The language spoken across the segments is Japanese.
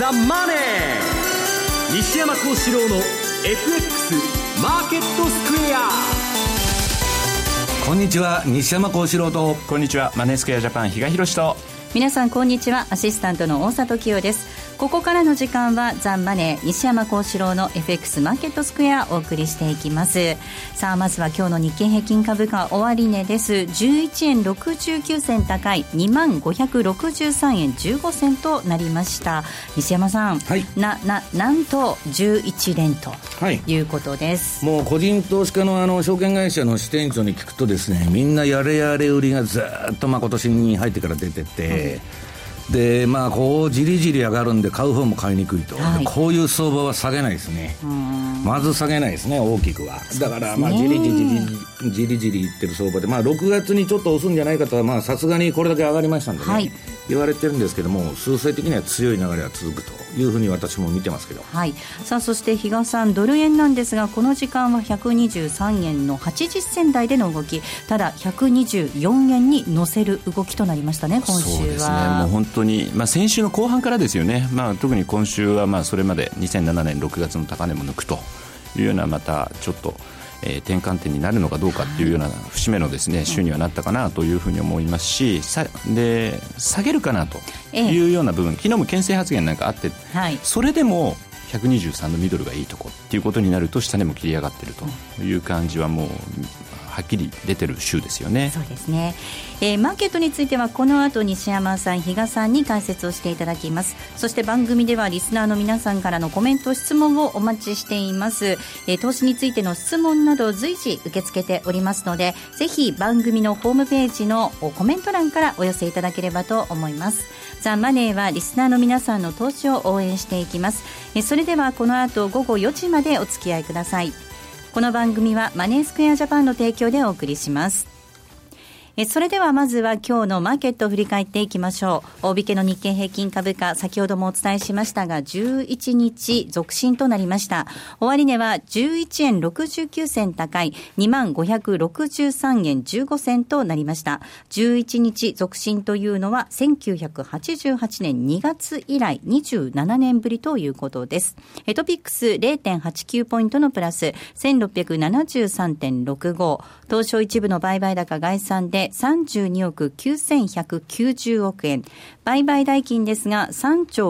ザ・マネー。西山幸四郎の FX マーケットスクエア。 こんにちは、西山幸四郎と。 こんにちは、マネースクエアジャパン比嘉宏と。 皆さんこんにちは、アシスタントの大里清です。ここからの時間はザ・マネー西山幸四郎の FX マーケットスクエアをお送りしていきます。さあ、まずは今日の日経平均株価終値です。11円69銭高い 2563 円15銭となりました。西山さん、 はい、 なんと11連ということです、 もう個人投資家の証券会社の支店長に聞くとですね、みんなやれやれ売りがずっと今年に入ってから出てて、でこうじりじり上がるんで買う方も買いにくいと、はい、こういう相場は下げないですね。まず下げないですね、大きくは。だからじりじりいってる相場で、6月にちょっと押すんじゃないかとはさすがにこれだけ上がりましたんでね、はい、言われてるんですけども、数勢的には強い流れは続くというふうに私も見てますけど、 はい、さあそして比嘉さん、ドル円なんですがこの時間は123円の80銭台での動き、ただ124円に乗せる動きとなりましたね、今週は。 そうですね、もう本当に、先週の後半からですよね。特に今週はそれまで2007年6月の高値も抜くというような、またちょっと転換点になるのかどうかっていうような節目のですね、週にはなったかなというふうに思いますし、で下げるかなというような部分、昨日も牽制発言なんかあって、はい、それでも123のミドルがいいとこっていうことになると、下値も切り上がっているという感じはもうはっきり出てる週ですよね。 そうですね、マーケットについてはこの後西山さん、比嘉さんに解説をしていただきます。そして番組ではリスナーの皆さんからのコメント質問をお待ちしています。投資についての質問など随時受け付けておりますので、ぜひ番組のホームページのコメント欄からお寄せいただければと思います。ザ・マネーはリスナーの皆さんの投資を応援していきます。それではこの後午後4時までお付き合いください。この番組はマネースクエアジャパンの提供でお送りします。それではまずは今日のマーケットを振り返っていきましょう。大引けの日経平均株価、先ほどもお伝えしましたが11日続伸となりました。終値は11円69銭高い 2563 円15銭となりました。11日続伸というのは1988年2月以来27年ぶりということです。トピックス 0.89 ポイントのプラス 1673.65、 東証一部の売買高概算で32億9190億円、売買代金ですが3兆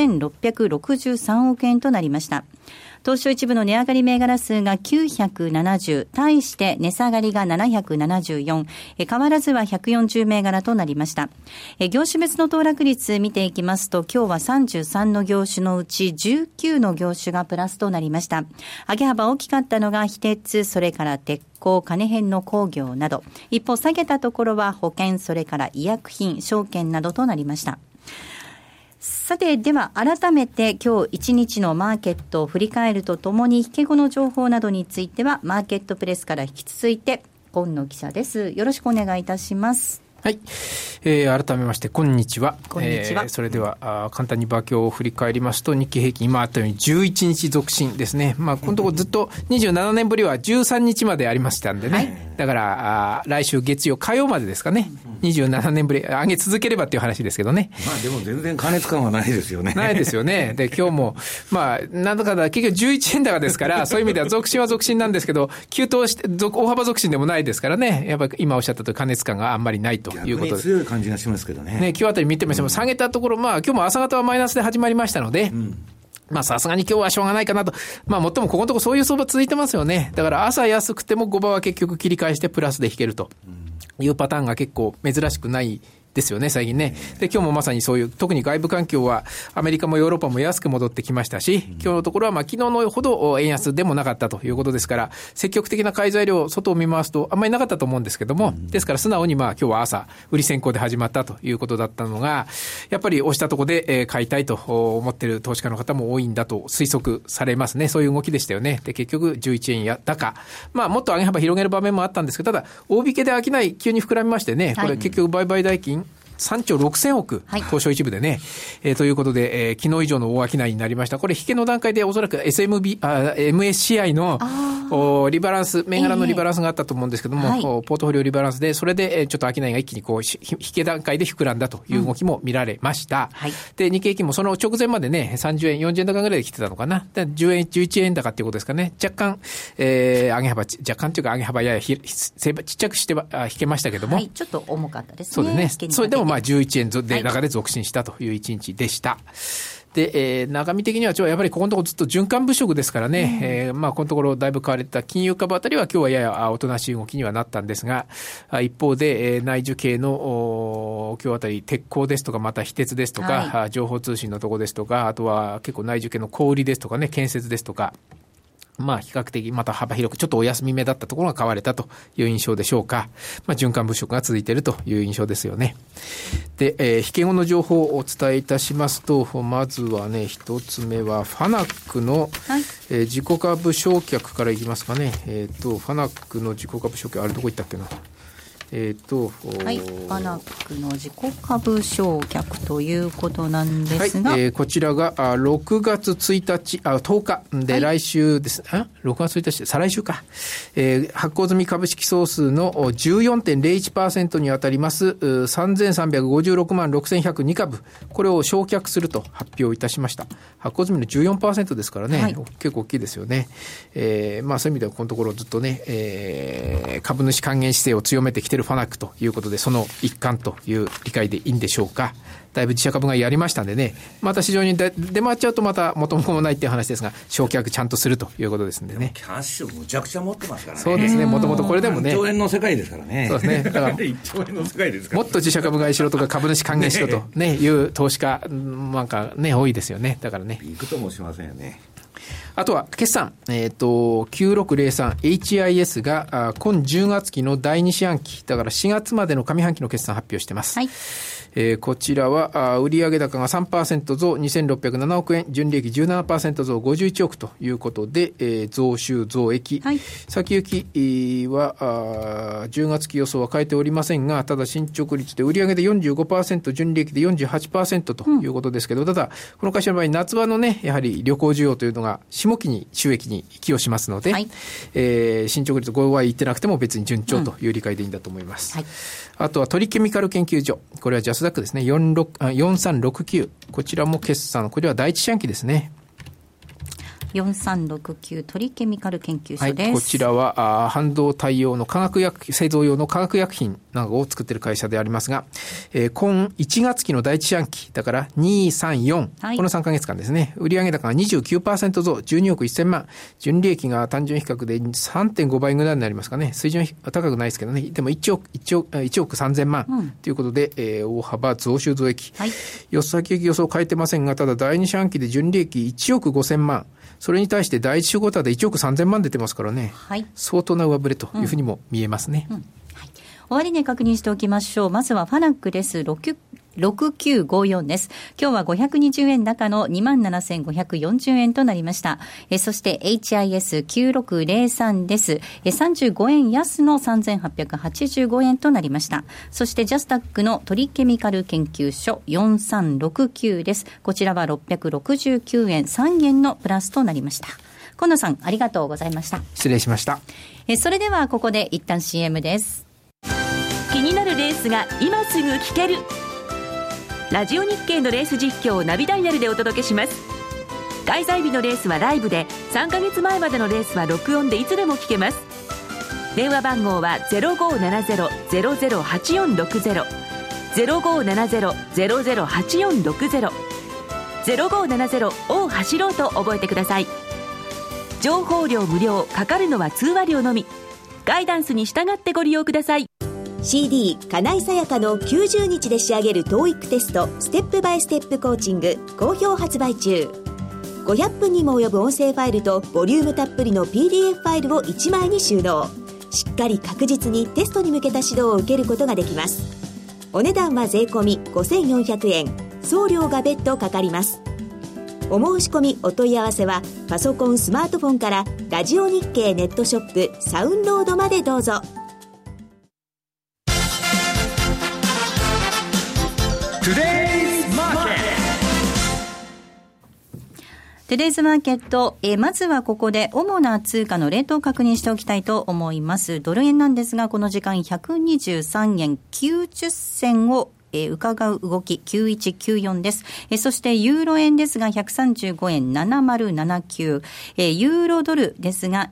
6663億円となりました。東証一部の値上がり銘柄数が970、対して値下がりが774、変わらずは140銘柄となりました。業種別の騰落率見ていきますと、今日は33の業種のうち19の業種がプラスとなりました。上げ幅大きかったのが非鉄、それから鉄鋼、金編の工業など、一方下げたところは保険、それから医薬品、証券などとなりました。さて、では改めて今日一日のマーケットを振り返るとともに、引け後の情報などについてはマーケットプレスから引き続いて今野記者です。よろしくお願いいたします。 はい、改めましてこんにちは。 こんにちは。 それでは簡単に場況を振り返りますと、日経平均今あったように11日続伸ですね。このところずっと27年ぶりは13日までありましたんでね、はい、だから来週月曜火曜までですかね、27年ぶり上げ続ければっていう話ですけどね。 でも全然過熱感はないですよね。 ないですよね。で今日もなんだかだ結局11円高ですからそういう意味では続伸は続伸なんですけど、急騰して大幅続伸でもないですからね、やっぱり今おっしゃったとおり過熱感があんまりないということで、 強い感じがしますけどね。 今日あたり見てみましても下げたところ、今日も朝方はマイナスで始まりましたので、さすがに今日はしょうがないかなと。もっともここのところそういう相場続いてますよね。だから朝安くても5番は結局切り返してプラスで引けるというパターンが結構珍しくないですよね、最近ね。で今日もまさにそういう、特に外部環境はアメリカもヨーロッパも安く戻ってきましたし、今日のところは昨日のほど円安でもなかったということですから、積極的な買い材料外を見回すとあんまりなかったと思うんですけども、ですから素直に今日は朝売り先行で始まったということだったのが、やっぱり押したところで買いたいと思っている投資家の方も多いんだと推測されますね。そういう動きでしたよね。で結局11円や高、もっと上げ幅広げる場面もあったんですけど、ただ大引けで商い急に膨らみましてね、これ結局売買代金 3兆6000億、東証一部でね、ということで、昨日以上の大商いになりました。これ引けの段階でおそらく MSCI のリバランス、銘柄のリバランスがあったと思うんですけども、ポートフォリオリバランスで、それでちょっと商いが一気にこう引け段階で膨らんだという動きも見られました。で、日経平均もその直前までね、30円、40円高ぐらいで来てたのかな。で10円、11円高っていうことですかね。若干、上げ幅、若干というか上げ幅ややちっちゃくしては引けましたけども。 ちょっと重かったですね。 そうですね。それでもまあ11円で中で続伸したという一日でした。で、中身的にはやっぱりここのところずっと循環物色ですからね、まあこのところだいぶ買われた金融株あたりは今日はややおとなしい動きにはなったんですが、一方で、内需系の今日あたり鉄鋼ですとかまた非鉄ですとか、情報通信のところですとか、あとは結構内需系の小売ですとかね、建設ですとか、まあ比較的また幅広くちょっとお休み目だったところが買われたという印象でしょうか。まあ循環物色が続いているという印象ですよね。で、引け後の情報をお伝えいたしますと、まずはね、一つ目はファナックの、自己株償却からいきますかね。ファナックの自己株償却、あれどこ行ったっけな。ファナックの自己株償却ということなんですが、こちらが6月1日10日で来週です、6月1日再来週か、発行済み株式総数の 14.01% にあたります3356万6102株、これを償却すると発表いたしました。発行済みの 14% ですからね、結構大きいですよね。まあそういう意味ではこのところずっとね、株主還元姿勢を強めてきているファナックということで、その一環という理解でいいんでしょうか。だいぶ自社株買いやりましたんでね、また市場に出回っちゃうとまた元も子もないっていう話ですが、償却ちゃんとするということですんでね。 キャッシュむちゃくちゃ持ってますからね。 そうですね、もともとこれでもね、 1兆円の世界ですからね。 そうですね、だから 1兆円の世界ですから、 もっと自社株買いしろとか株主還元しろとねいう投資家なんかね多いですよね。だからね、 いくともしませんよね。 あとは決算、9603HIS が今10月期の第2四半期、だから4月までの上半期の決算発表しています。こちらは売上高が 3% 増2607億円、純利益 17% 増51億ということで、増収増益、先行きは10月期予想は変えておりませんが、ただ進捗率で売上で 45%、純利益で 48% ということですけど、ただこの会社の場合夏場のね、やはり旅行需要というのが下期に収益に寄与しますので、進捗率5は言ってなくても別に順調という理解でいいんだと思います。あとはトリケミカル研究所、これはジャスダックですね、4369、こちらも決算、これは第一四半期ですね。 4369トリケミカル研究所です。 こちらは半導体用の製造用の化学薬品などを作っている会社でありますが、今1月期の第一四半期だから2、3、4、この3ヶ月間ですね、売上高が 29% 増12億1000万、純利益が単純比較で 3.5 倍ぐらいになりますかね。水準は高くないですけどね、でも1億3000万ということで、大幅増収増益、先行き予想を変えてませんが、ただ第二四半期で純利益1億5000万、それに対して第一四クォーターで1億3000万出てますからね、相当な上振れというふうにも見えますね。 終値確認しておきましょう。まずはファナックです。6954です。今日は520円高の 27,540 円となりました。そして HIS9603 です。35円安の 3,885 円となりました。そしてジャスタックのトリケミカル研究所4369です。こちらは669円3円のプラスとなりました。今野さん、ありがとうございました。 失礼しました。 それではここで一旦 CM です。 気になるレースが今すぐ聞ける。ラジオ日経のレース実況をナビダイヤルでお届けします。開催日のレースはライブで、3ヶ月前までのレースは録音でいつでも聞けます。電話番号は 0570-008460 0570-008460 0570を走ろうと覚えてください。情報料無料、かかるのは通話料のみ。ガイダンスに従ってご利用ください。 CD 金井さやかの90日で仕上げる TOEIC テストステップバイステップコーチング好評発売中。500分にも及ぶ音声ファイルとボリュームたっぷりの PDF ファイルを1枚に収納。しっかり確実にテストに向けた指導を受けることができます。お値段は税込み5400円、送料が別途かかります。お申し込みお問い合わせはパソコンスマートフォンからラジオ日経ネットショップサウンロードまでどうぞ。 トゥデイズマーケット、まずはここで主な通貨のレートを確認しておきたいと思います。ドル円なんですが、この時間123円90銭を伺う動き9194です。そしてユーロ円ですが135円7079、ユーロドルですが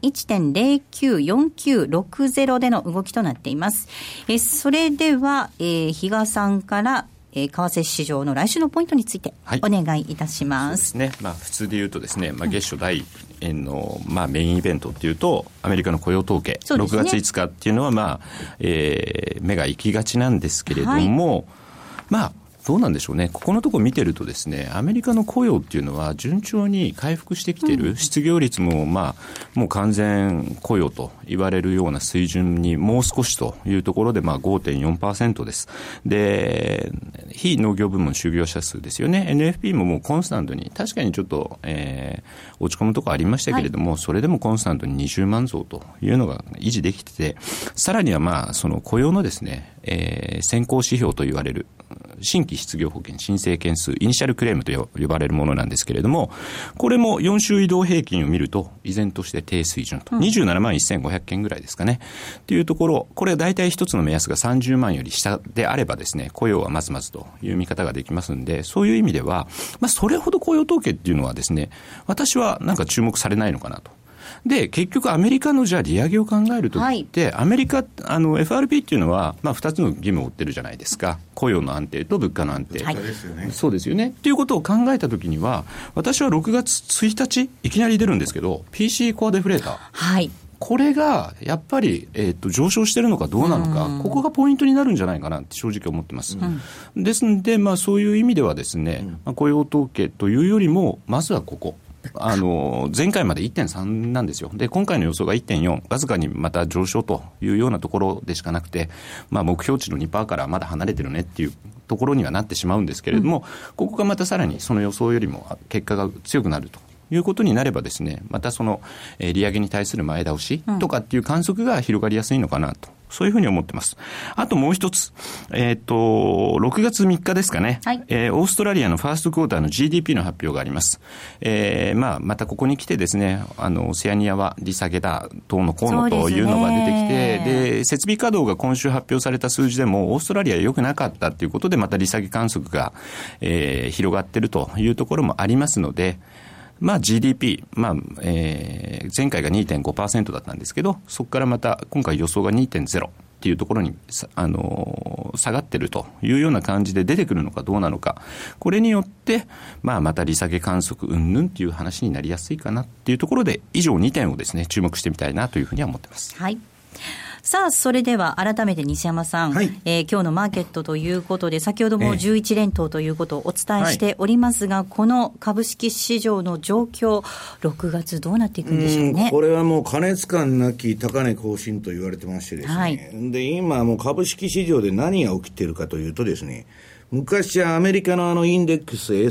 1.094960 での動きとなっています。それでは、比嘉さんから為替市場の来週のポイントについてお願いいたします。 そうですね。普通で言うとですね、月初第の、メインイベントっていうとアメリカの雇用統計、6月5日っていうのは、目が行きがちなんですけれども、どうなんでしょうね。ここのところ見てるとですね、アメリカの雇用っていうのは順調に回復してきている、失業率ももう完全雇用と言われるような水準にもう少しというところで5.4% です。で、非農業部門就業者数ですよね。NFP ももうコンスタントに、確かにちょっと、落ち込むところありましたけれども、それでもコンスタントに20万増というのが維持できてて、さらにはその雇用のですね、先行指標と言われる新規失業保険申請件数、イニシャルクレームと呼ばれるものなんですけれども、これも4週移動平均を見ると依然として低水準と、27万1500件ぐらいですかねっていうところ、これは大体一つの目安が30万より下であればですね、雇用はまずまずという見方ができますんで、そういう意味では、それほど雇用統計っていうのはですね、私はなんか注目されないのかなと。で、結局アメリカのじゃあ利上げを考えるときって、アメリカFRP っていうのは2つの義務を負ってるじゃないですか。雇用の安定と物価の安定、そうですよねっていうことを考えたときには、私は6月1日いきなり出るんですけど PC コアデフレーター、これがやっぱり、上昇してるのかどうなのか、ここがポイントになるんじゃないかなって正直思ってます。ですので、そういう意味ではですね、雇用統計というよりもまずはここ、前回まで 1.3 なんですよ。で、今回の予想が 1.4、わずかにまた上昇というようなところでしかなくて、目標値の 2% からまだ離れてるねっていうところにはなってしまうんですけれども、ここがまたさらにその予想よりも結果が強くなるということになればですね、またその利上げに対する前倒しとかっていう観測が広がりやすいのかなと、そういうふうに思ってます。あともう一つ、6月3日ですかね、オーストラリアのファーストクォーターの GDP の発表があります。またここに来てですね、オセアニアは利下げだどうのこうのというのが出てきて、で、設備稼働が今週発表された数字でもオーストラリア良くなかったということで、また利下げ観測が、広がっているというところもありますので、GDP、前回が 2.5% だったんですけど、そこからまた今回予想が 2.0 っていうところに下がってるというような感じで出てくるのかどうなのか、これによってまた利下げ観測云々っていう話になりやすいかなっていうところで、以上2点をですね注目してみたいなというふうには思ってます。 さあ、それでは改めて西山さん、今日のマーケットということで、先ほども11連投ということをお伝えしておりますが、この株式市場の状況、6月どうなっていくんでしょうね。 これはもう過熱感なき高値更新と言われてましてですね、で今もう株式市場で何が起きているかというとですね、昔はアメリカのインデックス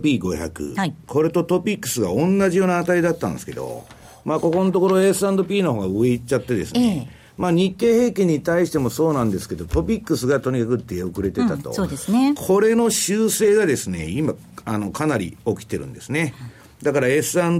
S&P500、これとトピックスが同じような値だったんですけど、ここのところ S&P の方が上行っちゃってですね、日経平均に対してもそうなんですけど、トピックスがとにかく出遅れてたと、 そうですね、 これの修正がですね、今かなり起きてるんですね。だから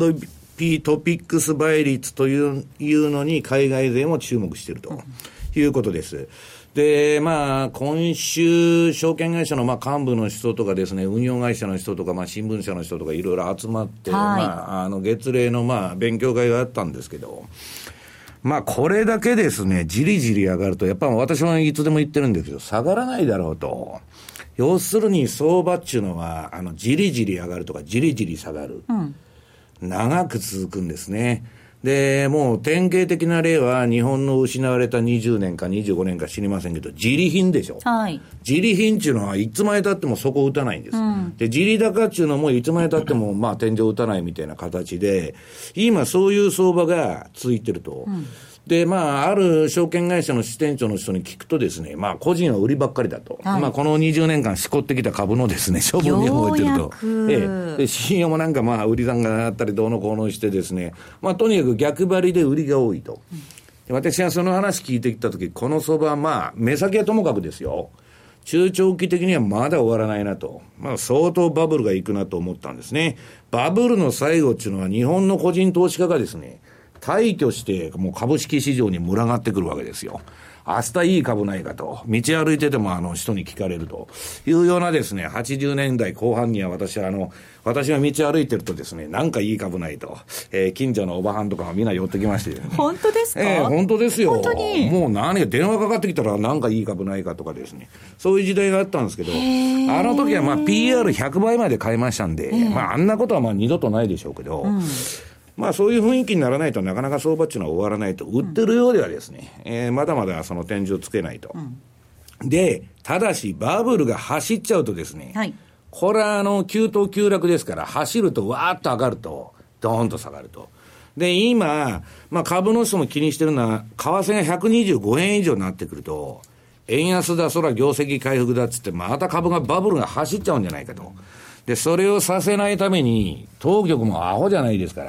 S&P トピックス倍率というのに海外勢も注目しているということです。で、今週証券会社の幹部の人とかですね、運用会社の人とか新聞社の人とかいろいろ集まって、月例の勉強会があったんですけど、これだけですね、じりじり上がると、やっぱり私もいつでも言ってるんですけど、下がらないだろうと。要するに相場っていうのは、じりじり上がるとか、じりじり下がる。長く続くんですね。で、もう典型的な例は、日本の失われた20年か25年か知りませんけど、ジリ品でしょ。ジリ品っていうのはいつまで経っても底を打たないんです。で、ジリ高っていうのもいつまで経っても天井を打たないみたいな形で、今そういう相場が続いてると。で、ある証券会社の支店長の人に聞くとですね、個人は売りばっかりだと。この20年間しこってきた株のですね、処分に動いてると。で、信用も売り算があったりどうのこうのしてですね、とにかく逆張りで売りが多いと。で、私がその話聞いてきたとき、この相場は目先はともかくですよ。 中長期的にはまだ終わらないなと。相当バブルがいくなと思ったんですね。バブルの最後っていうのは日本の個人投資家がですね、退去してもう株式市場に群がってくるわけですよ。明日いい株ないかと。道歩いてても人に聞かれるというようなですね、80年代後半には私が道歩いてるとですね、なんかいい株ないと。近所のおばはんとかがみんな寄ってきまして、ね。 本当ですか？ 本当ですよ。 本当にもう何が電話かかってきたらなんかいい株ないかとかですね。そういう時代があったんですけど、あの時はPR100 倍まで買いましたんで、あんなことは二度とないでしょうけど、そういう雰囲気にならないとなかなか相場っていうのは終わらないと。売ってるようではですね、まだまだその天井をつけないと。で、ただしバブルが走っちゃうとですね、これは急騰急落ですから、走るとわーっと上がると、ドーンと下がると。で、今、株の人も気にしてるのは、為替が125円以上になってくると、円安だ、そら業績回復だっつって、また株がバブルが走っちゃうんじゃないかと。で、それをさせないために、当局もアホじゃないですから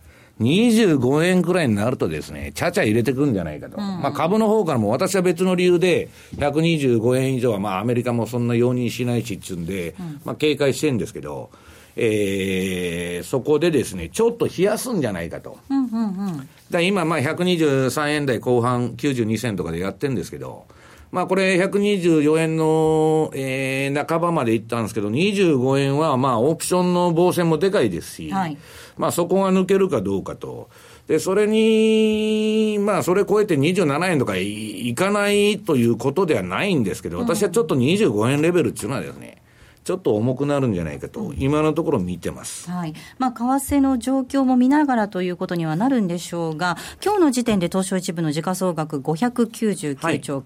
、25円くらいになるとですね、ちゃちゃ入れてくるんじゃないかと。株の方からも私は別の理由で、125円以上はアメリカもそんな容認しないしっていうんで、警戒してるんですけど、そこでですね、ちょっと冷やすんじゃないかと。だ今、123円台後半92銭とかでやってるんですけど、これ124円の、半ばまでいったんですけど、25円はオプションの防戦もでかいですし、そこが抜けるかどうかと。で、それに、それ超えて27円とか いかないということではないんですけど、私はちょっと25円レベルっていうのはですね、ちょっと重くなるんじゃないかと、今のところ見てます。 為替の状況も見ながらということにはなるんでしょうが、今日の時点で東証一部の時価総額599兆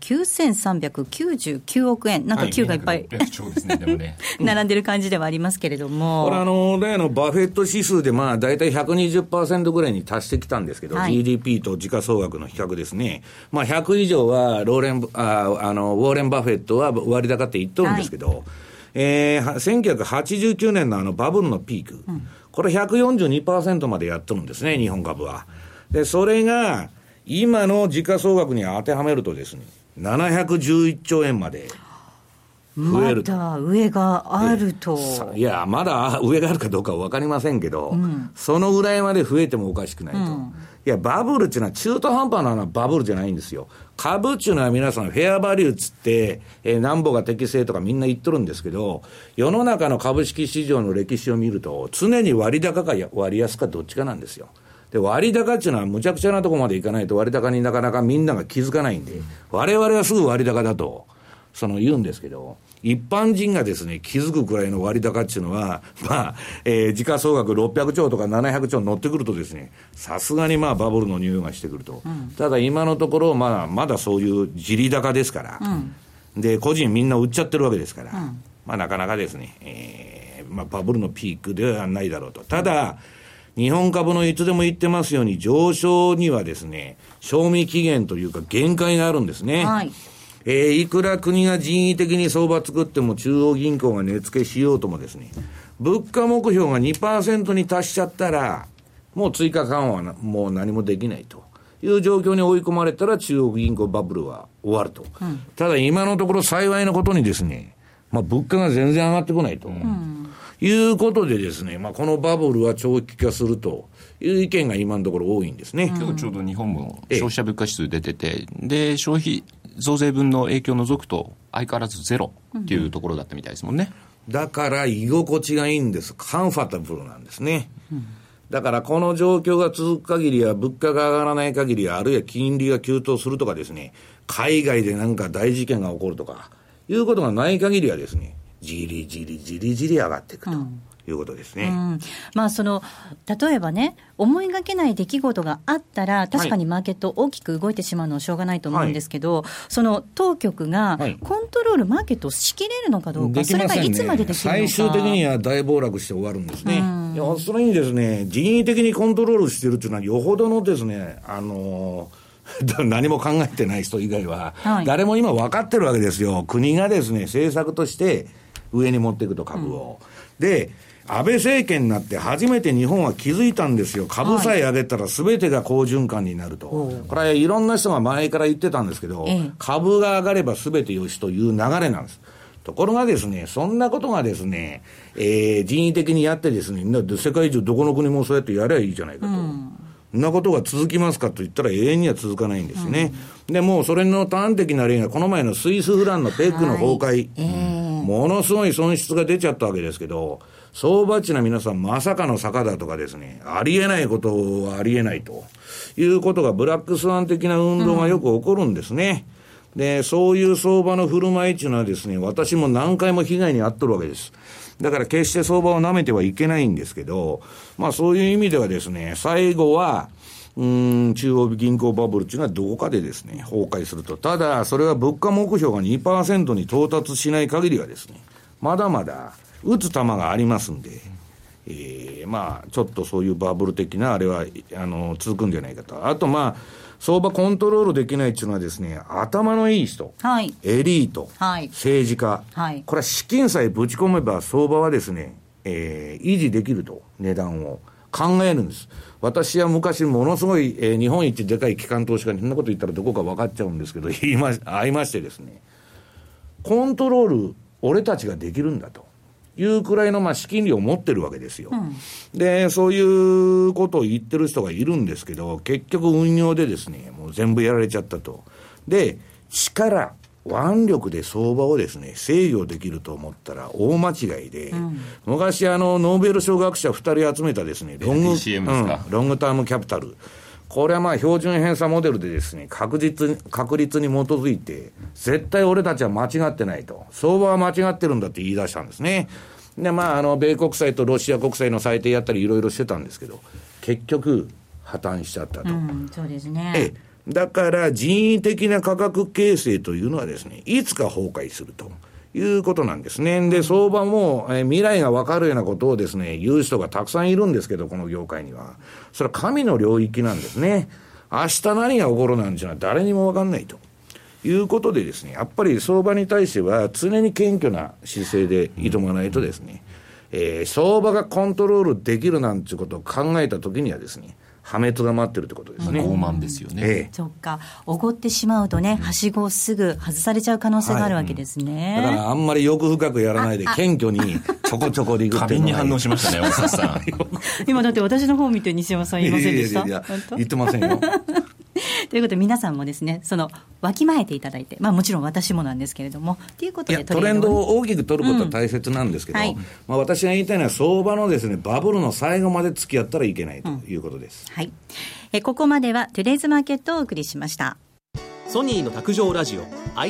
9399億円、なんか9がいっぱい、並んでる感じではありますけれども。 これ例のバフェット指数でだいたい 120% ぐらいに達してきたんですけど、GDP と時価総額の比較ですね。100以上はウォーレン・バフェットは割高って言っとるんですけど、1989年のバブルのピーク、これ 142% までやってるんですね、日本株は。で、それが今の時価総額に当てはめるとですね、711兆円まで増えると。 まだ上があると。 いや、まだ上があるかどうかは分かりませんけど、そのぐらいまで増えてもおかしくないと。いや、バブルっていうのは中途半端なバブルじゃないんですよ。株っていうのは皆さんフェアバリューつって、なんぼが適正とかみんな言っとるんですけど、世の中の株式市場の歴史を見ると、常に割高か割安かどっちかなんですよ。で、割高っていうのはむちゃくちゃなとこまでいかないと割高になかなかみんなが気づかないんで、我々はすぐ割高だと、言うんですけど、一般人がですね、気づくくらいの割高っていうのは、時価総額600兆とか700兆乗ってくるとですね、さすがにバブルの匂いがしてくると。ただ今のところまだそういう地利高ですから、で、個人みんな売っちゃってるわけですから、なかなかですね、バブルのピークではないだろうと。ただ、日本株のいつでも言ってますように、上昇にはですね、賞味期限というか限界があるんですね。いくら国が人為的に相場作っても中央銀行が値付けしようともですね、物価目標が 2% に達しちゃったら、もう追加緩和はもう何もできないという状況に追い込まれたら中央銀行バブルは終わると。ただ今のところ幸いなことにですね、物価が全然上がってこないと。いうことでですね、このバブルは長期化するという意見が今のところ多いんですね。 今日ちょうど日本も消費者物価指数出てて、で、消費増税分の影響を除くと相変わらずゼロっていうところだったみたいですもんね。 だから居心地がいいんです。カンファタブルなんですね。だからこの状況が続く限りは、物価が上がらない限りは、あるいは金利が急騰するとかですね、海外でなんか大事件が起こるとかいうことがない限りはですね、じりじり上がっていくということですね。 例えばね、思いがけない出来事があったら確かにマーケット大きく動いてしまうのはしょうがないと思うんですけど、その当局がコントロール、マーケットを仕切れるのかどうか、 できませんね。 それがいつまでできるのか。 最終的には大暴落して終わるんですね。要するにですね、人為的にコントロールしてるっていうのはよほどのですね、何も考えてない人以外は、誰も今分かってるわけですよ。国がですね、政策として上に持っていくと株を。で、安倍政権になって初めて日本は気づいたんですよ。株さえ上げたら全てが好循環になると。これはいろんな人が前から言ってたんですけど、株が上がれば全てよしという流れなんです。 ところがですね、そんなことがですね、人為的にやってですね、世界中どこの国もそうやってやればいいじゃないかと。そんなことが続きますかと言ったら永遠には続かないんですね。で、もうそれの端的な例がこの前のスイスフランのペックの崩壊、ものすごい損失が出ちゃったわけですけど、相場値な皆さんまさかの坂だとかですね、ありえないことはありえないということがブラックスワン的な運動がよく起こるんですね。で、そういう相場の振る舞いっていうのはですね、私も何回も被害に遭っとるわけです。だから決して相場を舐めてはいけないんですけど、まあそういう意味ではですね、最後は中央銀行バブルっていうのはどこかでですね、崩壊すると。ただそれは物価目標が 2% に到達しない限りはですね、まだまだ打つ球がありますんで、まあちょっとそういうバブル的なあれは続くんじゃないかと。あとまあ相場コントロールできないっていうのはですね、頭のいい人、はい、エリート、はい、政治家、はい、これは資金さえぶち込めば相場はですね、維持できると、値段を考えるんです。私は昔ものすごい、日本一でかい機関投資家にそんなこと言ったらどこか分かっちゃうんですけど、会いましてですね、コントロール俺たちができるんだというくらいのまあ資金量を持ってるわけですよ、でそういうことを言ってる人がいるんですけど、結局運用でですね、もう全部やられちゃったと。で腕力で相場をですね制御できると思ったら大間違いで、昔ノーベル賞学者2人集めたですねロングタームキャピタル、これはまあ標準偏差モデルでですね確率に基づいて絶対俺たちは間違ってないと、相場は間違ってるんだって言い出したんですね。でまあ米国債とロシア国債の裁定やったりいろいろしてたんですけど、結局破綻しちゃったと、 そうですね。 だから人為的な価格形成というのはですね、いつか崩壊するということなんですね。で相場も、未来が分かるようなことをですね言う人がたくさんいるんですけど、この業界にはそれは神の領域なんですね。明日何が起こるなんていうのは誰にも分かんないということでですね、やっぱり相場に対しては常に謙虚な姿勢で挑まないとですね、相場がコントロールできるなんていうことを考えたときにはですね、破滅が待ってるってことですね。 傲慢ですよね。 そっか、おごってしまうとね、はしごをすぐ外されちゃう可能性があるわけですね、 だからあんまり欲深くやらないで謙虚にちょこちょこでいくっていうのが過敏に反応しましたね、大崎さん今だって私の方を見て西山さん言いませんでした？ いや言ってませんよということで皆さんもですね、そのわきまえていただいて、まあもちろん私もなんですけれどもということでトレンドを大きく取ることは大切なんですけど、まあ、私が言いたいのは相場のですねバブルの最後まで付き合ったらいけないということです、 はい。ここまではトゥデイズマーケットをお送りしました。 ソニーの卓上ラジオ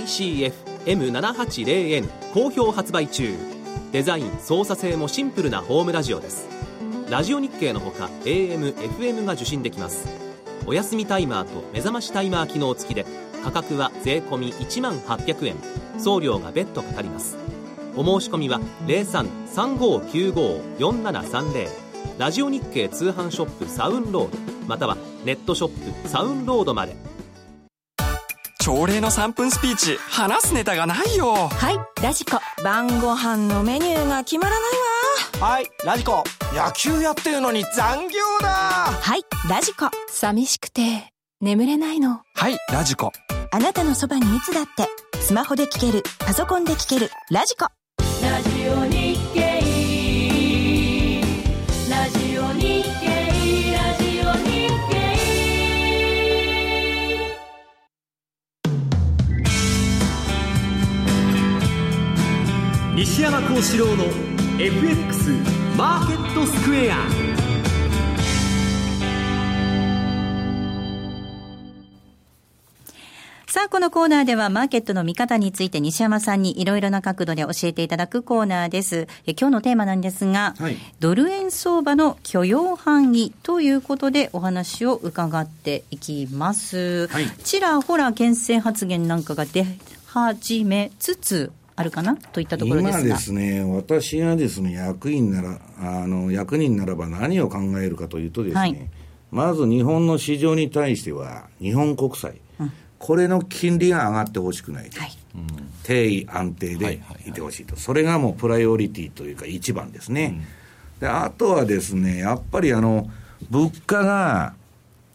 ICF-M780N 好評発売中。デザイン操作性もシンプルなホームラジオです。ラジオ日経のほか AM、FM が受信できます。お休みタイマーと目覚ましタイマー機能付きで価格は税込み1800円、送料が別途かかります。お申し込みは 03-3595-4730 ラジオ日経通販ショップサウンロードまたはネットショップサウンロードまで。 朝礼の3分スピーチ、話すネタがないよ。 はい、ラジコ。晩ご飯のメニューが決まらないわ。はい、ラジコ。野球やってるのに残業だ。 はい、ラジコ。寂しくて眠れないの。 はい、ラジコ。 あなたのそばにいつだってスマホで聞ける、パソコンで聞ける、ラジコ。ラジオ日経、ラジオ日経、ラジオ日経。 西山幸四郎の FX マーケットスクエア。 さあこのコーナーではマーケットの見方について西山さんにいろいろな角度で教えていただくコーナーです。今日のテーマなんですが、はい、ドル円相場の許容範囲ということでお話を伺っていきます、はい、ちらほら牽制発言なんかが出始めつつあるかなといったところですが、 今ですね、私がですね役人ならば何を考えるかというとですね、はい、まず日本の市場に対しては日本国債、これの金利が上がってほしくないと、はい、定位安定でいてほしいと、それがもうプライオリティというか一番ですね、であとはですねやっぱり物価が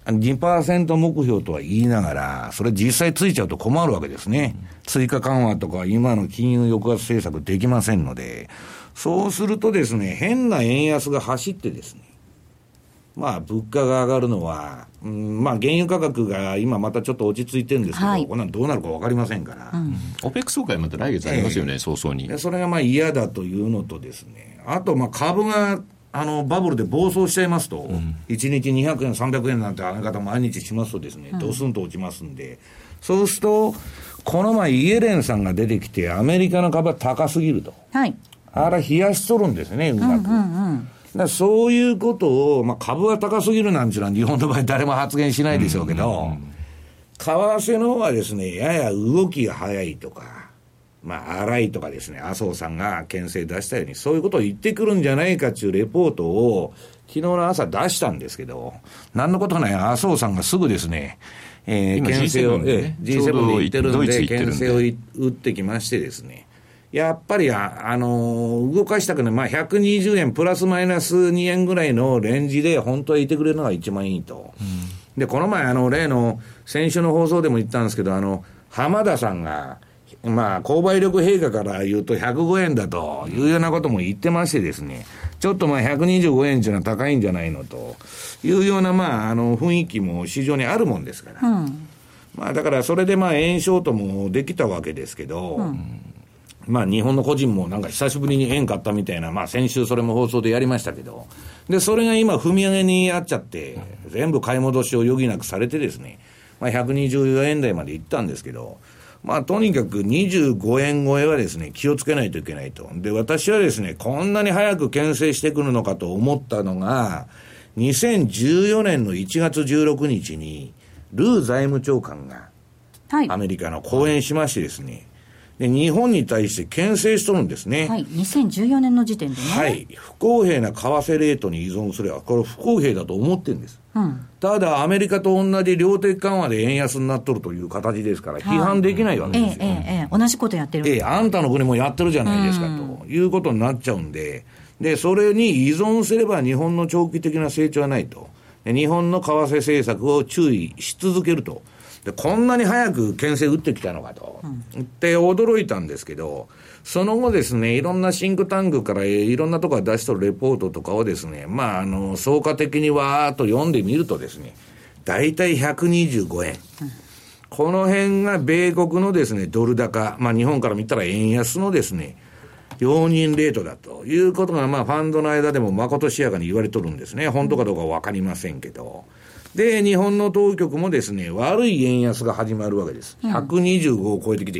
2% 目標とは言いながら、それ実際ついちゃうと困るわけですね。追加緩和とか今の金融抑圧政策できませんので、そうするとですね、変な円安が走ってですね、まあ物価が上がるのは、まあ原油価格が今またちょっと落ち着いてるんですけど、こんなのどうなるか分かりませんから。 OPEC 総会また来月ありますよね、早々に。 それがまあ嫌だというのとですね、あとまあ株がバブルで暴走しちゃいますと、1日200円、300円なんて上げ方毎日しますとですね、ドスンと落ちますんで、そうすると、この前イエレンさんが出てきて、アメリカの株は高すぎると。 はい。 あれ冷やしとるんですね、うまく。だそういうことを、まあ、株が高すぎるなんていうのは日本の場合誰も発言しないでしょうけど、為替の方はですね、やや動きが早いとか、まあ、荒いとかですね、麻生さんが牽制出したように、そういうことを言ってくるんじゃないかっていうレポートを、昨日の朝出したんですけど、何のことない麻生さんがすぐですね、牽制を、G7 で言ってるんで、牽制を打ってきましてですね、やっぱり、動かしたくない。まあ、120円プラスマイナス2円ぐらいのレンジで本当はいてくれるのが一番いいと。で、この前、例の先週の放送でも言ったんですけど、浜田さんが、まあ、購買力陛下から言うと105円だというようなことも言ってましてですね、ちょっとまあ125円というのは高いんじゃないのというような、まあ、雰囲気も市場にあるもんですから。まあ、だからそれでまあ、円ショートもできたわけですけど、まあ日本の個人もなんか久しぶりに円買ったみたいな、まあ先週それも放送でやりましたけど、で、それが今踏み上げにあっちゃって、全部買い戻しを余儀なくされてですね、まあ124円台まで行ったんですけど、まあとにかく25円超えはですね、気をつけないといけないと。で、私はですね、こんなに早く牽制してくるのかと思ったのが、2014年の1月16日に、ルー財務長官が、アメリカの講演しましてですね、で日本に対して牽制しとるんですね。 はい、2014年の時点でね。 はい、不公平な為替レートに依存すれば、これ不公平だと思ってるんです。ただ、アメリカと同じ量的緩和で円安になっとるという形ですから、批判できないわけですよ。 同じことやってる。 あんたの国もやってるじゃないですか、ということになっちゃうんで、で、それに依存すれば日本の長期的な成長はないと。で日本の為替政策を注意し続けると。でこんなに早く牽制打ってきたのかと、って驚いたんですけど、その後ですね、いろんなシンクタンクからいろんなところが出しとるレポートとかをですね、まあ、総価的にわーっと読んでみるとですね、だいたい125円。この辺が米国のですね、ドル高、まあ日本から見たら円安のですね、容認レートだということが、まあファンドの間でもまことしやかに言われとるんですね。本当かどうかわかりませんけど。で、日本の当局もですね、悪い円安が始まるわけです。125を超えてきて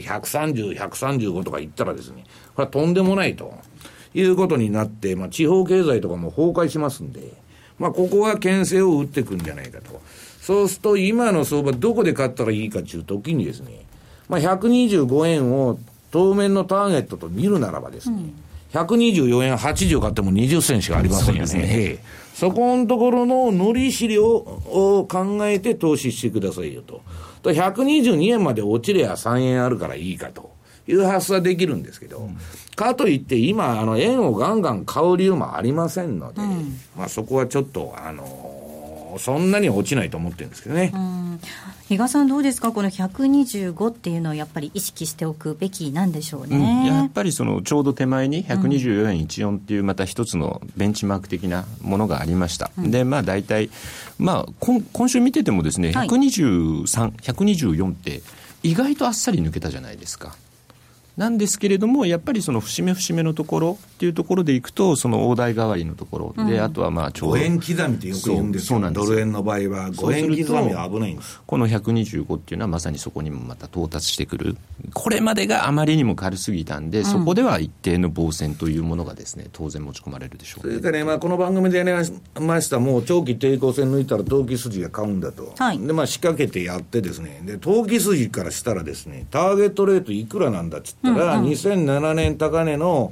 130、135とか言ったらですね、これはとんでもないということになって、まあ地方経済とかも崩壊しますんで、まあここは牽制を打っていくんじゃないかと。そうすると今の相場どこで買ったらいいかという時にですね、まあ125円を当面のターゲットと見るならばですね、124円80買っても20銭しかありませんよね。そこのところののりしりを考えて投資してくださいよと。122円まで落ちれば3円あるからいいかという発想はできるんですけど、かといって今円をガンガン買う理由もありませんので、まあそこはちょっとそんなに落ちないと思ってるんですけどね。 比嘉さんどうですか、この125っていうのはやっぱり意識しておくべきなんでしょうね。 やっぱりそのちょうど手前に124円14っていうまた一つのベンチマーク的なものがありました。でまあ大体、まあ、今週見ててもですね、123、124って意外とあっさり抜けたじゃないですか。なんですけれども、やっぱりその節目節目のところっていうところでいくと、その大台代わりのところで、あとはまあちょうど 5円刻みってよく言うんですよ。ドル円の場合は5円刻みは危ないんです。 この125っていうのはまさにそこにもまた到達してくる。これまでがあまりにも軽すぎたんで、そこでは一定の防戦というものがですね、当然持ち込まれるでしょう。 それからね、まあこの番組でやりました、もう長期抵抗線抜いたら投機筋が買うんだと。でまあ仕掛けてやってですね、で投機筋からしたらですね、ターゲットレートいくらなんだっつったら、2007年高値の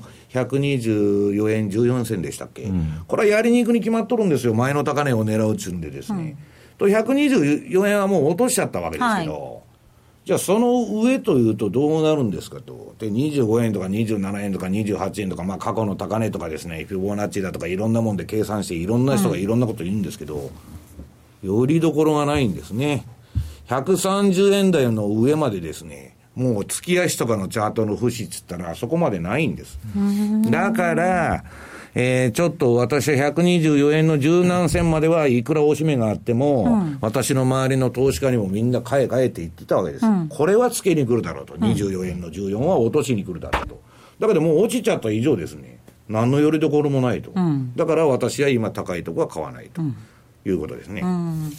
124円14銭でしたっけ、これはやりにくに決まっとるんですよ。前の高値を狙うっつうんでですね、と124円はもう落としちゃったわけですけど、じゃあその上というとどうなるんですかと。で25円とか27円とか28円とか、まあ過去の高値とかですね、フィボナッチだとかいろんなもんで計算して、いろんな人がいろんなこと言うんですけど、 よりどころがないんですね。130円台の上までですね、もう月足とかのチャートの節っつったらあそこまでないんです。だからちょっと私は124円の十何銭まではいくらおしめがあっても、私の周りの投資家にもみんな買えって言ってたわけです。これはつけに来るだろうと。24円の14は落としに来るだろうと。だけどもう落ちちゃった以上ですね、何のよりどころもないと。だから私は今高いところは買わないということですね。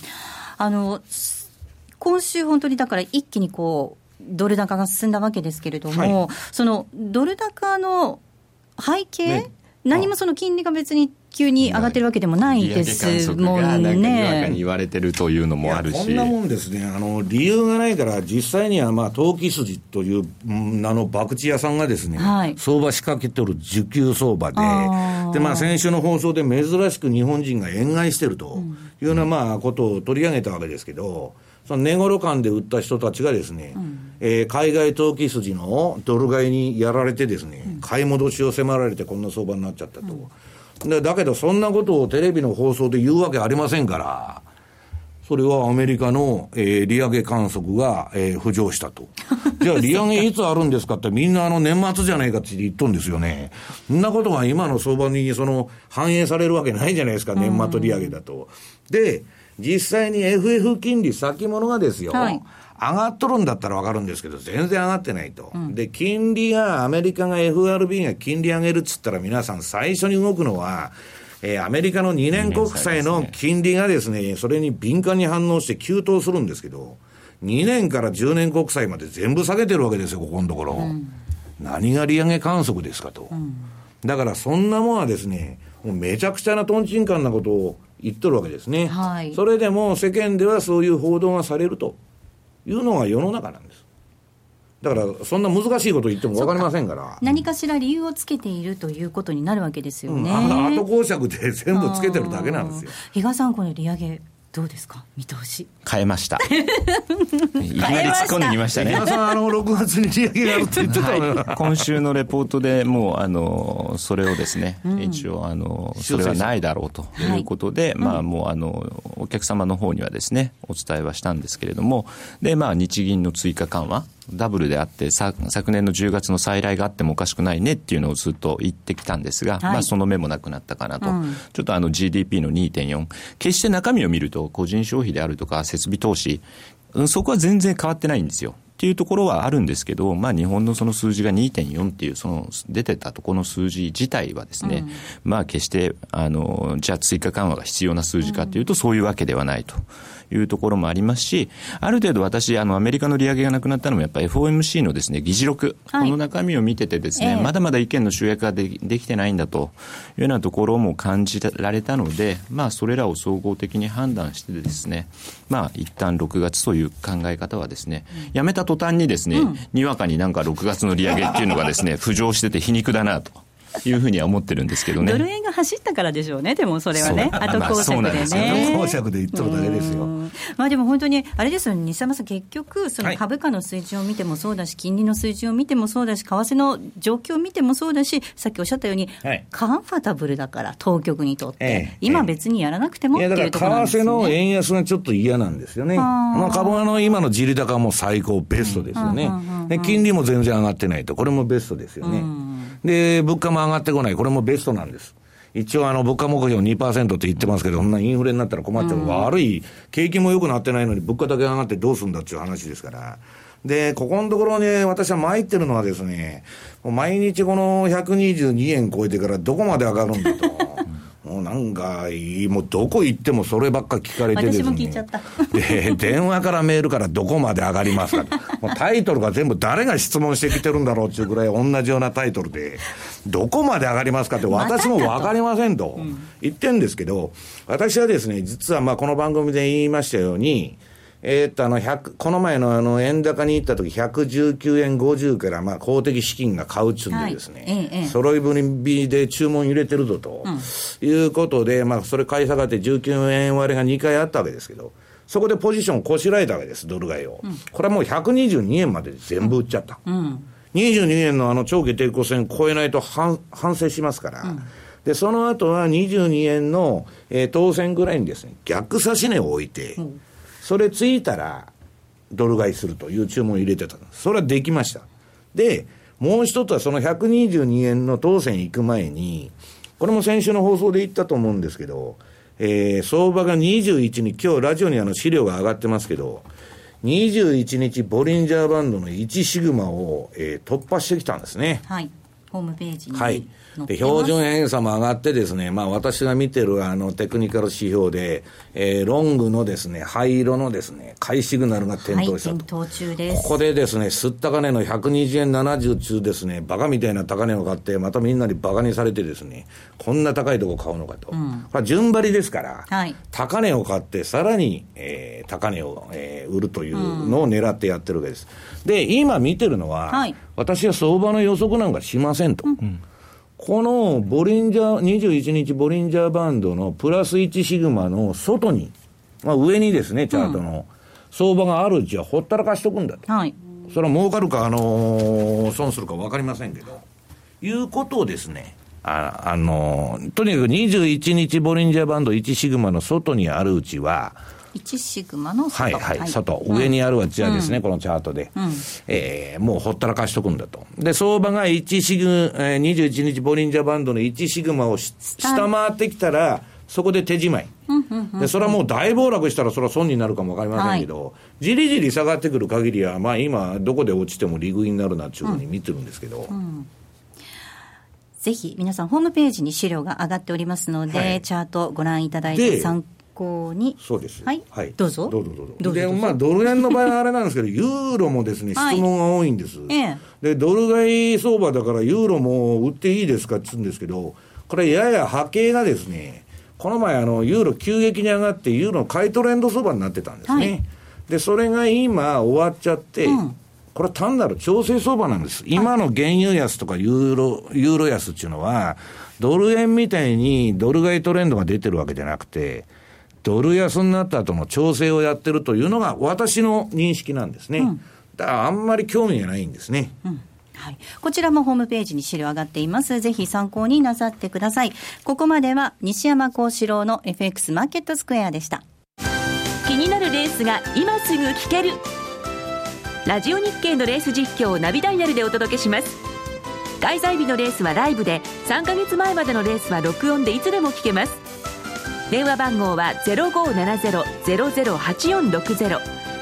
今週本当にだから一気にこうドル高が進んだわけですけれども、そのドル高の背景、何もその金利が別に急に上がってるわけでもないですもんね。 にわかに言われてるというのもあるし、 こんなもんですね。理由がないから実際には投機筋という博打屋さんがですね、相場仕掛けてる需給相場で、先週の放送で珍しく日本人が円買いしてるというようなことを取り上げたわけですけど、その値頃感で売った人たちがですね、海外投機筋のドル買いにやられてですね、買い戻しを迫られてこんな相場になっちゃったと。だけどそんなことをテレビの放送で言うわけありませんから、それはアメリカの、利上げ観測が、浮上したと。じゃあ利上げいつあるんですかってみんな年末じゃないかって言っとるんですよね。そんなことが今の相場に反映されるわけないじゃないですか、年末利上げだと。で実際に FF 金利先物がですよ、上がっとるんだったら分かるんですけど全然上がってないと。で金利がアメリカが FRB が金利上げるっつったら皆さん最初に動くのはアメリカの2年国債の金利がですね、それに敏感に反応して急騰するんですけど、2年から10年国債まで全部下げてるわけですよ、ここのところ。何が利上げ観測ですかと。だからそんなものはですね、もうめちゃくちゃなトンチンカンなことを言っとるわけですね。それでも世間ではそういう報道がされるというのが世の中なんです。だからそんな難しいこと言っても分かりませんから、 何かしら理由をつけているということになるわけですよね。 後講釈で全部つけてるだけなんですよ。 比嘉さん、この利上げどうですか、見通し。 変えましたいきなり突っ込んできましたね。 皆さん6月に利上げがあるって言ってたのよ、 今週のレポートでもうそれをですね、一応それはないだろうということで、もうお客様の方にはですねお伝えはしたんですけれども、で日銀の追加緩和ダブルであって、昨年の10月の再来があってもおかしくないねっていうのをずっと言ってきたんですが、その目もなくなったかなと、ちょっとGDP の 2.4 決して中身を見ると個人消費であるとか設備投資、そこは全然変わってないんですよっていうところはあるんですけど、日本のその数字が 2.4 っていうその出てたところの数字自体はですね、決してじゃあ追加緩和が必要な数字かというとそういうわけではないというところもありますし、ある程度私アメリカの利上げがなくなったのもやっぱり FOMC のですね議事録、この中身を見ててですね、まだまだ意見の集約ができてないんだというようなところも感じられたので、それらを総合的に判断してですね、一旦6月という考え方はですね、やめた途端にですね、にわかになんか6月の利上げっていうのがですね浮上してて皮肉だなというふうには思ってるんですけどね。 ドル円が走ったからでしょうね。でもそれはね、後講釈でね、 後講釈で言っとるだけですよ。 でも本当にあれですよね、西山さん、結局その株価の水準を見てもそうだし、金利の水準を見てもそうだし、為替の状況を見てもそうだし、さっきおっしゃったように、カンファタブルだから当局にとって、今別にやらなくてもっていうところなんですね。 だから為替の円安がちょっと嫌なんですよね。株の今の地利高も最高ベストですよね。で金利も全然上がってないと、これもベストですよね。で物価も上がってこない、これもベストなんです。一応物価目標 2% って言ってますけど、そんなインフレになったら困っちゃう、悪い景気も良くなってないのに物価だけ上がってどうするんだっていう話ですから。でここのところね、私は参ってるのはですね、もう毎日この122円超えてからどこまで上がるんだともうなんかもうどこ行ってもそればっか聞かれてですね、 私も聞いちゃったで電話からメールからどこまで上がりますかもうタイトルが全部誰が質問してきてるんだろうっていうぐらい同じようなタイトルで、どこまで上がりますかって私も分かりませんと言ってるんですけど、私はですね、実はこの番組で言いましたように、この前の円高に行った時119円50から公的資金が買うっちゅうんでですね、揃い踏みで注文入れてるぞと、いうことで、それ買い下がって19円割れが2回あったわけですけど、そこでポジションをこしらえたわけです、ドル買いを。これはもう122円まで全部売っちゃった。22円の長期抵抗線超えないと反省しますから、 でその後は22円の、当選ぐらいにですね逆差し値を置いて、それついたらドル買いするという注文を入れてたんです。それはできました。でもう一つはその122円の当選行く前に、これも先週の放送で言ったと思うんですけど、相場が21日、今日ラジオに資料が上がってますけど、21日ボリンジャーバンドの1シグマを、突破してきたんですね。 はい。ホームページにはい。で標準偏差も上がってですね、まあ私が見てるテクニカル指標で、ロングのですね、灰色のですね、買いシグナルが点灯したと。 点灯中です。 ここでですね、すった金の120円70中ですね、バカみたいな高値を買って、またみんなにバカにされてですね、こんな高いとこ買うのかと。これは順張りですから、はい、高値を買って、さらに、高値を、売るというのを狙ってやってるわけです。で、今見てるのは、はい、私は相場の予測なんかしませんと。このボリンジャー、21日ボリンジャーバンドのプラス1シグマの外に、まあ上にですね、チャートの相場があるうちはほったらかしとくんだと。はい。それは儲かるか、損するか分かりませんけど、いうことをですね、とにかく21日ボリンジャーバンド1シグマの外にあるうちは、 1シグマの外、 はいはい、外、上にあるわけですね、このチャートで、もうほったらかしとくんだと。で、相場が21日ボリンジャーバンドの1シグマを下回ってきたら、そこで手仕舞い。で、それはもう大暴落したら、それは損になるかもわかりませんけど、じりじり下がってくる限りは、まあ今、どこで落ちても利食いになるなっていうふうに見てるんですけど。 ぜひ、皆さん、ホームページに資料が上がっておりますので、はい、チャートご覧いただいて参考に。 そうです。 はい。はい、どうぞ。 どうぞ。で、まあ、ドル円の場合はあれなんですけど、ユーロもですね、質問が多いんです。で、ドル買い相場だからユーロも売っていいですかって言うんですけど、これやや波形がですね、この前ユーロ急激に上がって、ユーロの買いトレンド相場になってたんですね。はい、で、それが今終わっちゃって、これは単なる調整相場なんです。今の原油安とかユーロ安っていうのは、ドル円みたいにドル買いトレンドが出てるわけじゃなくて、ドル安になった後の調整をやってるというのが私の認識なんですね。だからあんまり興味がないんですね。 はい、こちらもホームページに資料上がっています。ぜひ参考になさってください。ここまでは西山幸四郎の FX マーケットスクエアでした。 気になるレースが今すぐ聞ける。ラジオ日経のレース実況をナビダイヤルでお届けします。開催日のレースはライブで、3ヶ月前までのレースは録音でいつでも聞けます。電話番号は 0570-008460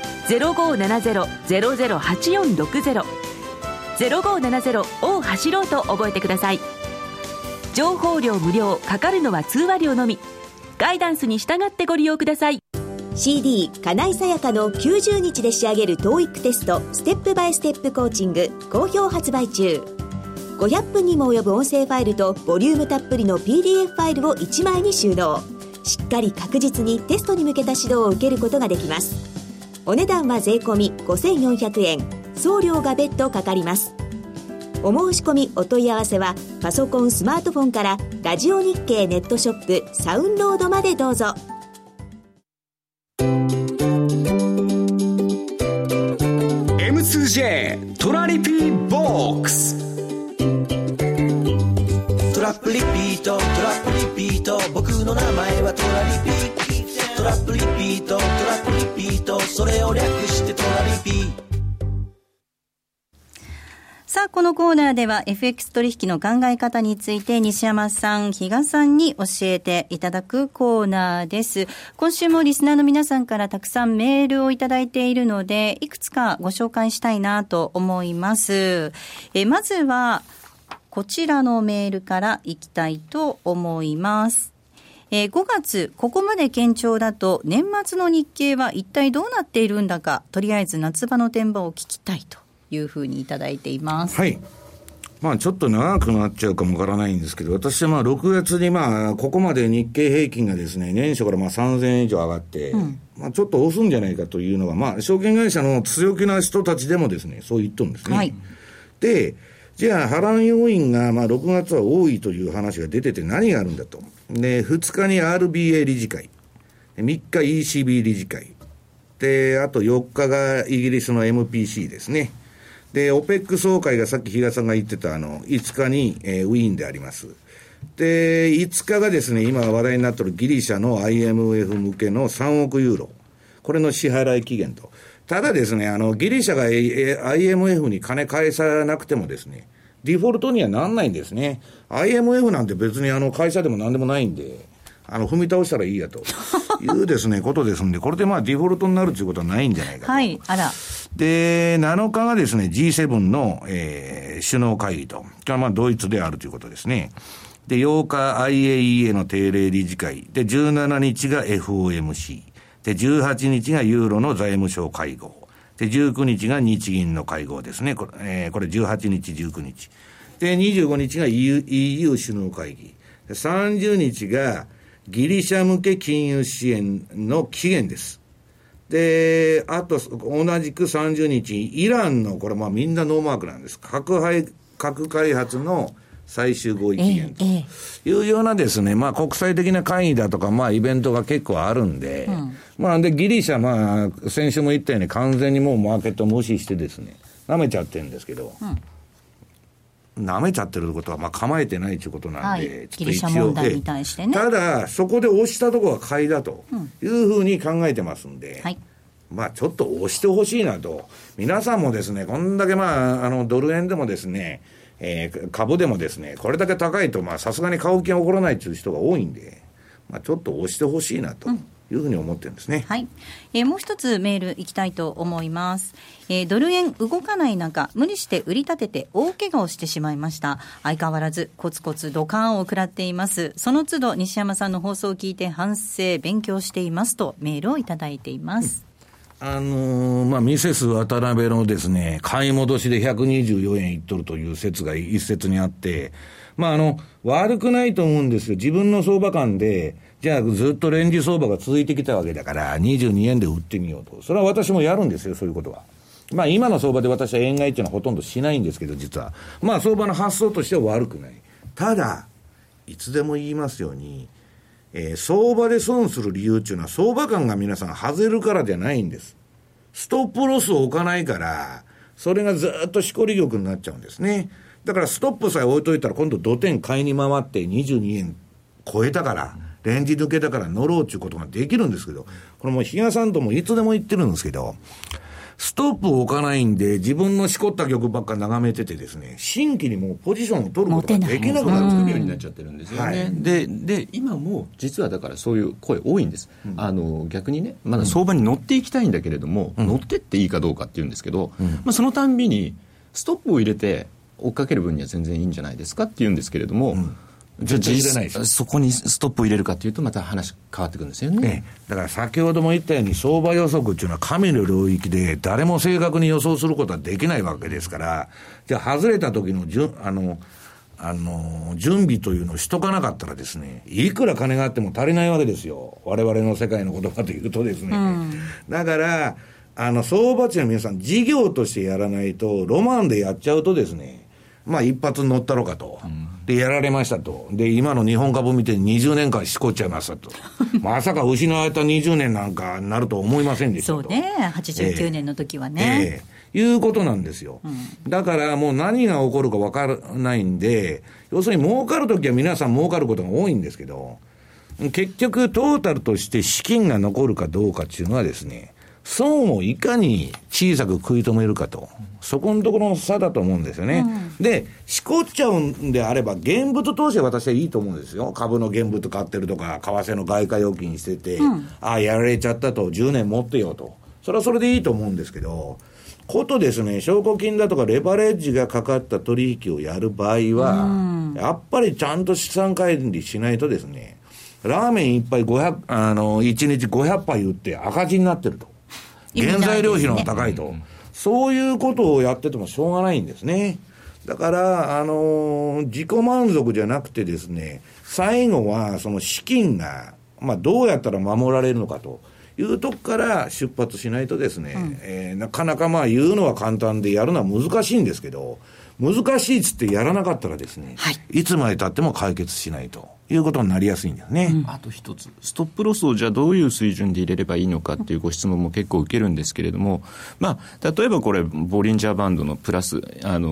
0570-008460 0570を走ろうと覚えてください。情報料無料、かかるのは通話料のみ。ガイダンスに従ってご利用ください。 CD 金井さやかの90日で仕上げる TOEIC テストステップバイステップコーチング好評発売中。500分にも及ぶ音声ファイルとボリュームたっぷりの PDF ファイルを1枚に収納。しっかり確実にテストに向けた指導を受けることができます。お値段は税込み5400円、送料が別途かかります。お申し込みお問い合わせはパソコンスマートフォンからラジオ日経ネットショップサウンロードまでどうぞ。 M2J トラリピーボックス。 トラップリピートトラップリピート、僕の名前はトラリピ。トラップリピートトラップリピート、それを略してトラリピ。 さあ、このコーナーでは FX 取引の考え方について西山さん、比嘉さんに教えていただくコーナーです。今週もリスナーの皆さんからたくさんメールをいただいているので、いくつかご紹介したいなと思います。まずはこちらのメールからいきたいと思います。5月ここまで堅調だと年末の日経は一体どうなっているんだか、とりあえず夏場の展望を聞きたいというふうにいただいています。 はい。まあちょっと長くなっちゃうかもわからないんですけど、私はまあ6月にここまで日経平均がですね、年初から3000円以上上がって、まあちょっと押すんじゃないかというのが、まあ証券会社の強気な人たちでもですね、そう言っとるんですね。はい。で、じゃあ波乱要因がまあ6月は多いという話が出てて何があるんだと。で、2日に RBA 理事会、3日 ECB 理事会、で、あと4日がイギリスの MPC ですね。で、OPEC 総会がさっき比嘉さんが言ってた5日に、ウィーンであります。 で、5日がですね、今話題になっているギリシャの IMF 向けの3億ユーロ。これの支払い期限と。ただですね、ギリシャが IMF に金返さなくてもですね、デフォルトにはなんないんですね。IMF なんて別に会社でも何でもないんで、踏み倒したらいいやというですね、ことですんで、これでまあデフォルトになるということはないんじゃないかと。 はい、あら。 で、7日がですね、G7 の、首脳会議と。これはまあドイツであるということですね。で、8日 IAEA の定例理事会。で、17日が FOMC。で、18日がユーロの財務省会合。で、19日が日銀の会合ですね。これ18日、19日。で、25日が EU 首脳会議。で、30日がギリシャ向け金融支援の期限です。で、あと、同じく30日、イランの、これまあみんなノーマークなんです。核開発の最終合意期限というようなですね、まあ国際的な会議だとか、まあイベントが結構あるんで、まあで、ギリシャ、まあ先週も言ったように完全にもうマーケット無視してですね、舐めちゃってるんですけど、舐めちゃってることはまあ構えてないということなんで、 ギリシャ問題に対してね。 ただ、そこで押したところは買いだというふうに考えてますんで、まあちょっと押してほしいなと。皆さんもですね、こんだけまあ、ドル円でもですね、株でもですね、これだけ高いと、まあさすがに買う気が起こらないという人が多いんで、まあちょっと押してほしいなと。いうふうに思ってるんですね。 はい。もう一つメールいきたいと思います。ドル円動かない中、無理して売り立てて大怪我をしてしまいました。相変わらずコツコツドカーンを食らっています。その都度西山さんの放送を聞いて反省、勉強していますとメールをいただいています。 まあ、ミセス渡辺のですね、買い戻しで124円いっとるという説が一説にあって、まあ悪くないと思うんですよ。自分の相場感で、じゃあずっとレンジ相場が続いてきたわけだから、22円で売ってみようと。それは私もやるんですよ、そういうことは。まあ今の相場で私は円買いっていうのはほとんどしないんですけど、実は。まあ相場の発想としては悪くない。ただ、いつでも言いますように、相場で損する理由っていうのは相場感が皆さん外れるからじゃないんです。ストップロスを置かないから、それがずっとしこり玉になっちゃうんですね。だからストップさえ置いといたら今度土点買いに回って22円超えたから、レンジ抜けたから乗ろうっていうことができるんですけど、これもう比嘉さんともいつでも言ってるんですけど、ストップを置かないんで自分のしこった玉ばっか眺めててですね、新規にもうポジションを取ることができなくなるようになっちゃってるんですよね。で今も実はだからそういう声多いんです。逆にね、まだ相場に乗っていきたいんだけれども、乗ってっていいかどうかっていうんですけど、まあそのたんびにストップを入れて追っかける分には全然いいんじゃないですかって言うんですけれども、じゃあそこにストップを入れるかというとまた話変わってくるんですよね。 だから先ほども言ったように相場予測っていうのは神の領域で誰も正確に予想することはできないわけですから、じゃあ外れた時の準備というのをしとかなかったらですね、いくら金があっても足りないわけですよ。我々の世界の言葉で言うとですね。だから相場値の皆さん事業としてやらないと、ロマンでやっちゃうとですね、まあ一発乗ったろかと。で、やられましたと。で、今の日本株見て20年間しこっちゃいましたと。まさか失われた20年なんかになると思いませんでしたと。 そうね、89年の時はね。 いうことなんですよ。だからもう何が起こるか分からないんで、要するに儲かるときは皆さん儲かることが多いんですけど、結局トータルとして資金が残るかどうかっていうのはですね、損をいかに小さく食い止めるかと、そこのところの差だと思うんですよね。で、しこっちゃうんであれば現物投資は私はいいと思うんですよ。株の現物買ってるとか、為替の外貨預金してて、やられちゃったと、10年持ってよと、それはそれでいいと思うんですけど、ことですね、証拠金だとかレバレッジがかかった取引をやる場合は、やっぱりちゃんと資産管理しないとですね、ラーメン一杯1日500杯売って赤字になってると。原材料費の高いと。そういうことをやっててもしょうがないんですね。だから、自己満足じゃなくてですね、最後はその資金が、まあどうやったら守られるのかというとこから出発しないとですね、なかなかまあ言うのは簡単でやるのは難しいんですけど、難しいっつってやらなかったらですね、いつまで経っても解決しないということになりやすいんだよね、 あと一つ、ストップロスをじゃあどういう水準で入れればいいのかっていうご質問も結構受けるんですけれども、例えばこれボリンジャーバンドのプラス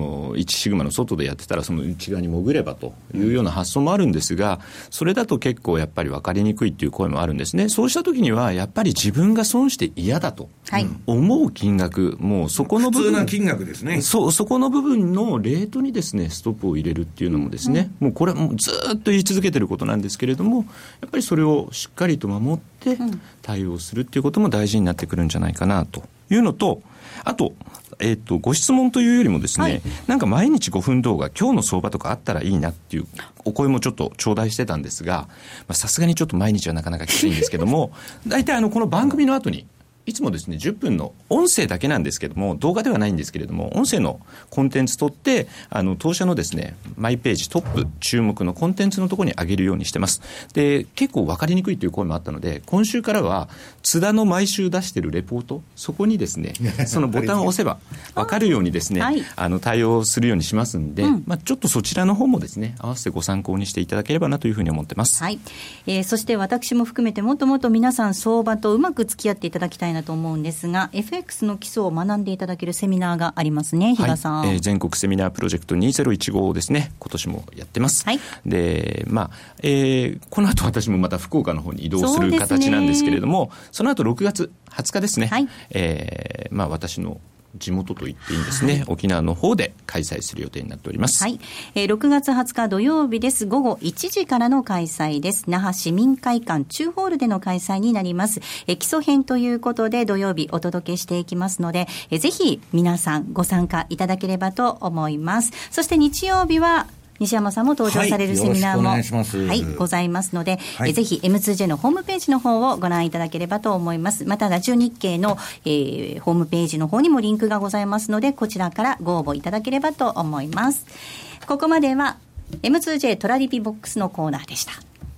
1シグマの外でやってたらその内側に潜ればというような発想もあるんですが、それだと結構やっぱり分かりにくいっていう声もあるんですね。そうした時にはやっぱり自分が損して嫌だと思う金額、もうそこの部分、 普通な金額ですね。 そこの部分のレートにですねストップを入れるっていうのもですね、もうこれはもうずっと言い続けてることなんですけれども、やっぱりそれをしっかりと守って対応するっていうことも大事になってくるんじゃないかなというのと、あと、ご質問というよりもですね、なんか毎日5分動画今日の相場とかあったらいいなっていうお声もちょっと頂戴してたんですが、さすがにちょっと毎日はなかなかきついんですけども大体この番組の後にいつもですね10分の音声だけなんですけども、動画ではないんですけれども音声のコンテンツ取って当社のですねマイページトップ注目のコンテンツのところに上げるようにしてます。で結構分かりにくいという声もあったので、今週からは津田の毎週出しているレポート、そこにですねそのボタンを押せば分かるようにですね対応するようにしますんで、ちょっとそちらの方もですね合わせてご参考にしていただければなというふうに思ってます。 そして私も含めてもっともっと皆さん相場とうまく付き合っていただきたいなと思うんですが、 FX の基礎を学んでいただけるセミナーがありますね、比嘉さん。 全国セミナープロジェクト2015ですね、今年もやってます。でこの後私もまた福岡の方に移動する形なんですけれども、その後6月20日ですね、私の地元と言っていいんですね、沖縄の方で開催する予定になっております。 6月20日土曜日です。午後1時からの開催です。那覇市民会館中ホールでの開催になります。基礎編ということで土曜日お届けしていきますので、ぜひ皆さんご参加いただければと思います。そして日曜日は西山さんも登場されるセミナーも、ございますので、ぜひ M2J のホームページの方をご覧いただければと思います。またラジオ日経の、ホームページの方にもリンクがございますので、こちらからご応募いただければと思います。ここまでは M2J トラリピボックスのコーナーでした。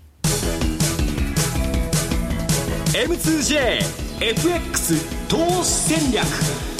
M2J FX 投資戦略。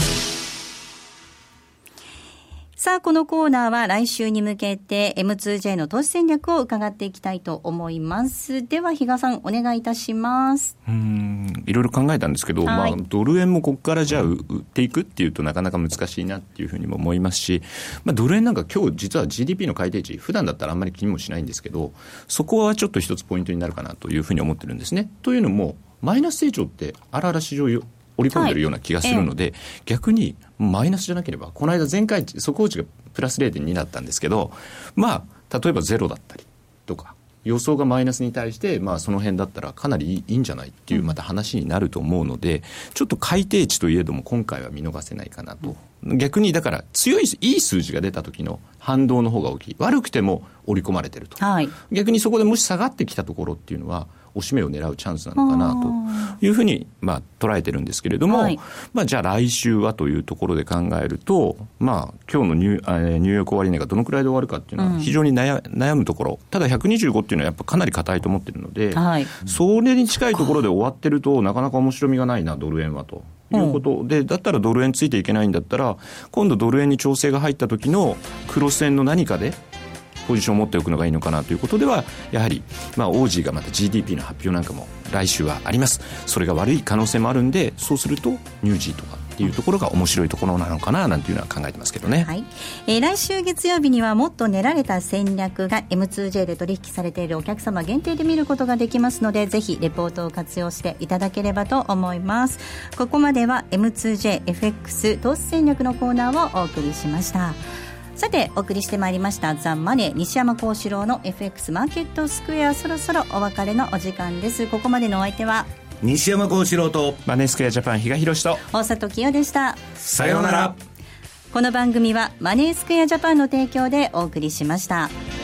さあ、このコーナーは来週に向けて M2J の投資戦略を伺っていきたいと思います。では比嘉さんお願いいたします。 いろいろ考えたんですけど、ドル円もここからじゃあ売っていくっていうとなかなか難しいなっていうふうにも思いますし、ドル円なんか今日実は GDP の改定値普段だったらあんまり気にもしないんですけど、そこはちょっと一つポイントになるかなというふうに思ってるんですね。というのもマイナス成長ってあらあら市場織り込んでるような気がするので、逆にマイナスじゃなければ、この間前回速報値がプラス 0.2 だったんですけど、例えばゼロだったりとか予想がマイナスに対して、その辺だったらかなりいいんじゃないっていうまた話になると思うので、ちょっと改定値といえども今回は見逃せないかなと。逆にだからいい数字が出た時の反動の方が大きい、悪くても織り込まれてると、逆にそこでもし下がってきたところっていうのは押し目を狙うチャンスなのかなというふうに捉えてるんですけれども、じゃあ来週はというところで考えると、今日のニューヨーク終値がどのくらいで終わるかっていうのは非常に悩むところ、ただ125っていうのはやっぱかなり硬いと思ってるので、それに近いところで終わってるとなかなか面白みがないなドル円はということで、だったらドル円ついていけないんだったら今度ドル円に調整が入った時のクロス円の何かでポジションを持っておくのがいいのかなということでは、やはりオージーがまた GDP の発表なんかも来週はあります。それが悪い可能性もあるんで、そうするとニュージーとかっていうところが面白いところなのかななんていうのは考えてますけどね。 来週月曜日にはもっと練られた戦略が M2J で取引されているお客様限定で見ることができますので、ぜひレポートを活用していただければと思います。ここまでは M2J FX 投資戦略のコーナーをお送りしました。さてお送りしてまいりましたザ・マネー西山幸四郎の FX マーケットスクエア、そろそろお別れのお時間です。ここまでのお相手は西山幸四郎とマネースクエアジャパン比嘉宏と大里清でした。 さようなら。 この番組はマネースクエアジャパンの提供でお送りしました。